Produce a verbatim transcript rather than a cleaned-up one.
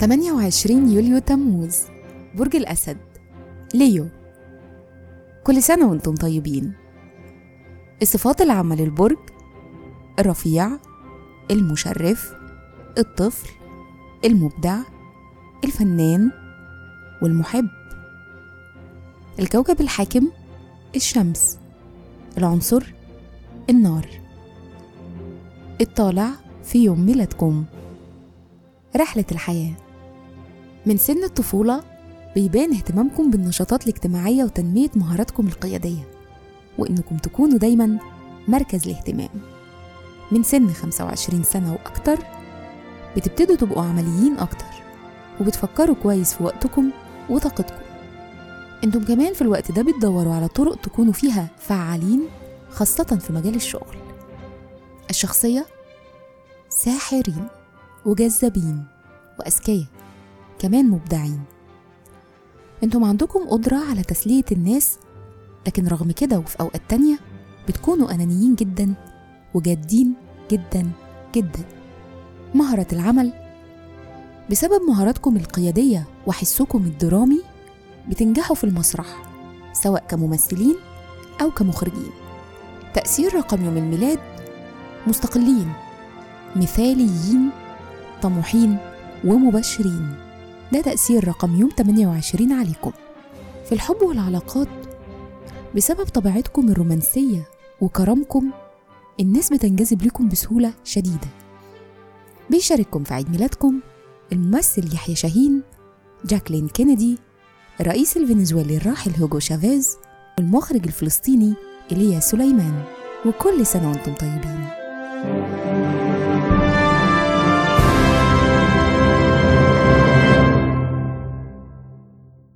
ثمانية وعشرين يوليو تموز، برج الأسد، ليو. كل سنة وانتم طيبين. الصفات العامة للبرج: الرفيع، المشرف، الطفل، المبدع، الفنان، والمحب. الكوكب الحاكم: الشمس. العنصر: النار. الطالع في يوم ميلادكم. رحلة الحياة: من سن الطفولة بيبان اهتمامكم بالنشاطات الاجتماعية وتنمية مهاراتكم القيادية، وإنكم تكونوا دايما مركز الاهتمام. من سن خمسة وعشرين سنة وأكتر بتبتدوا تبقوا عمليين أكتر، وبتفكروا كويس في وقتكم وطاقتكم. انتم كمان في الوقت ده بتدوروا على طرق تكونوا فيها فعالين، خاصة في مجال الشغل. الشخصية: ساحرين وجذابين وأذكياء، كمان مبدعين. انتم عندكم قدرة على تسلية الناس، لكن رغم كده وفي أوقات تانية بتكونوا أنانيين جدا وجادين جدا جدا. مهارة العمل: بسبب مهاراتكم القيادية وحسكم الدرامي بتنجحوا في المسرح، سواء كممثلين أو كمخرجين. تأثير رقم يوم الميلاد: مستقلين، مثاليين، طموحين، ومبشرين. ده تأثير رقم يوم ثمانية وعشرين عليكم. في الحب والعلاقات: بسبب طبيعتكم الرومانسية وكرمكم الناس بتنجذب لكم بسهولة شديدة. بيشارككم في عيد ميلادكم الممثل يحيى شاهين، جاكلين كينيدي، الرئيس الفنزويلي الراحل هوغو شافيز، والمخرج الفلسطيني إيليا سليمان. وكل سنة وانتم طيبين.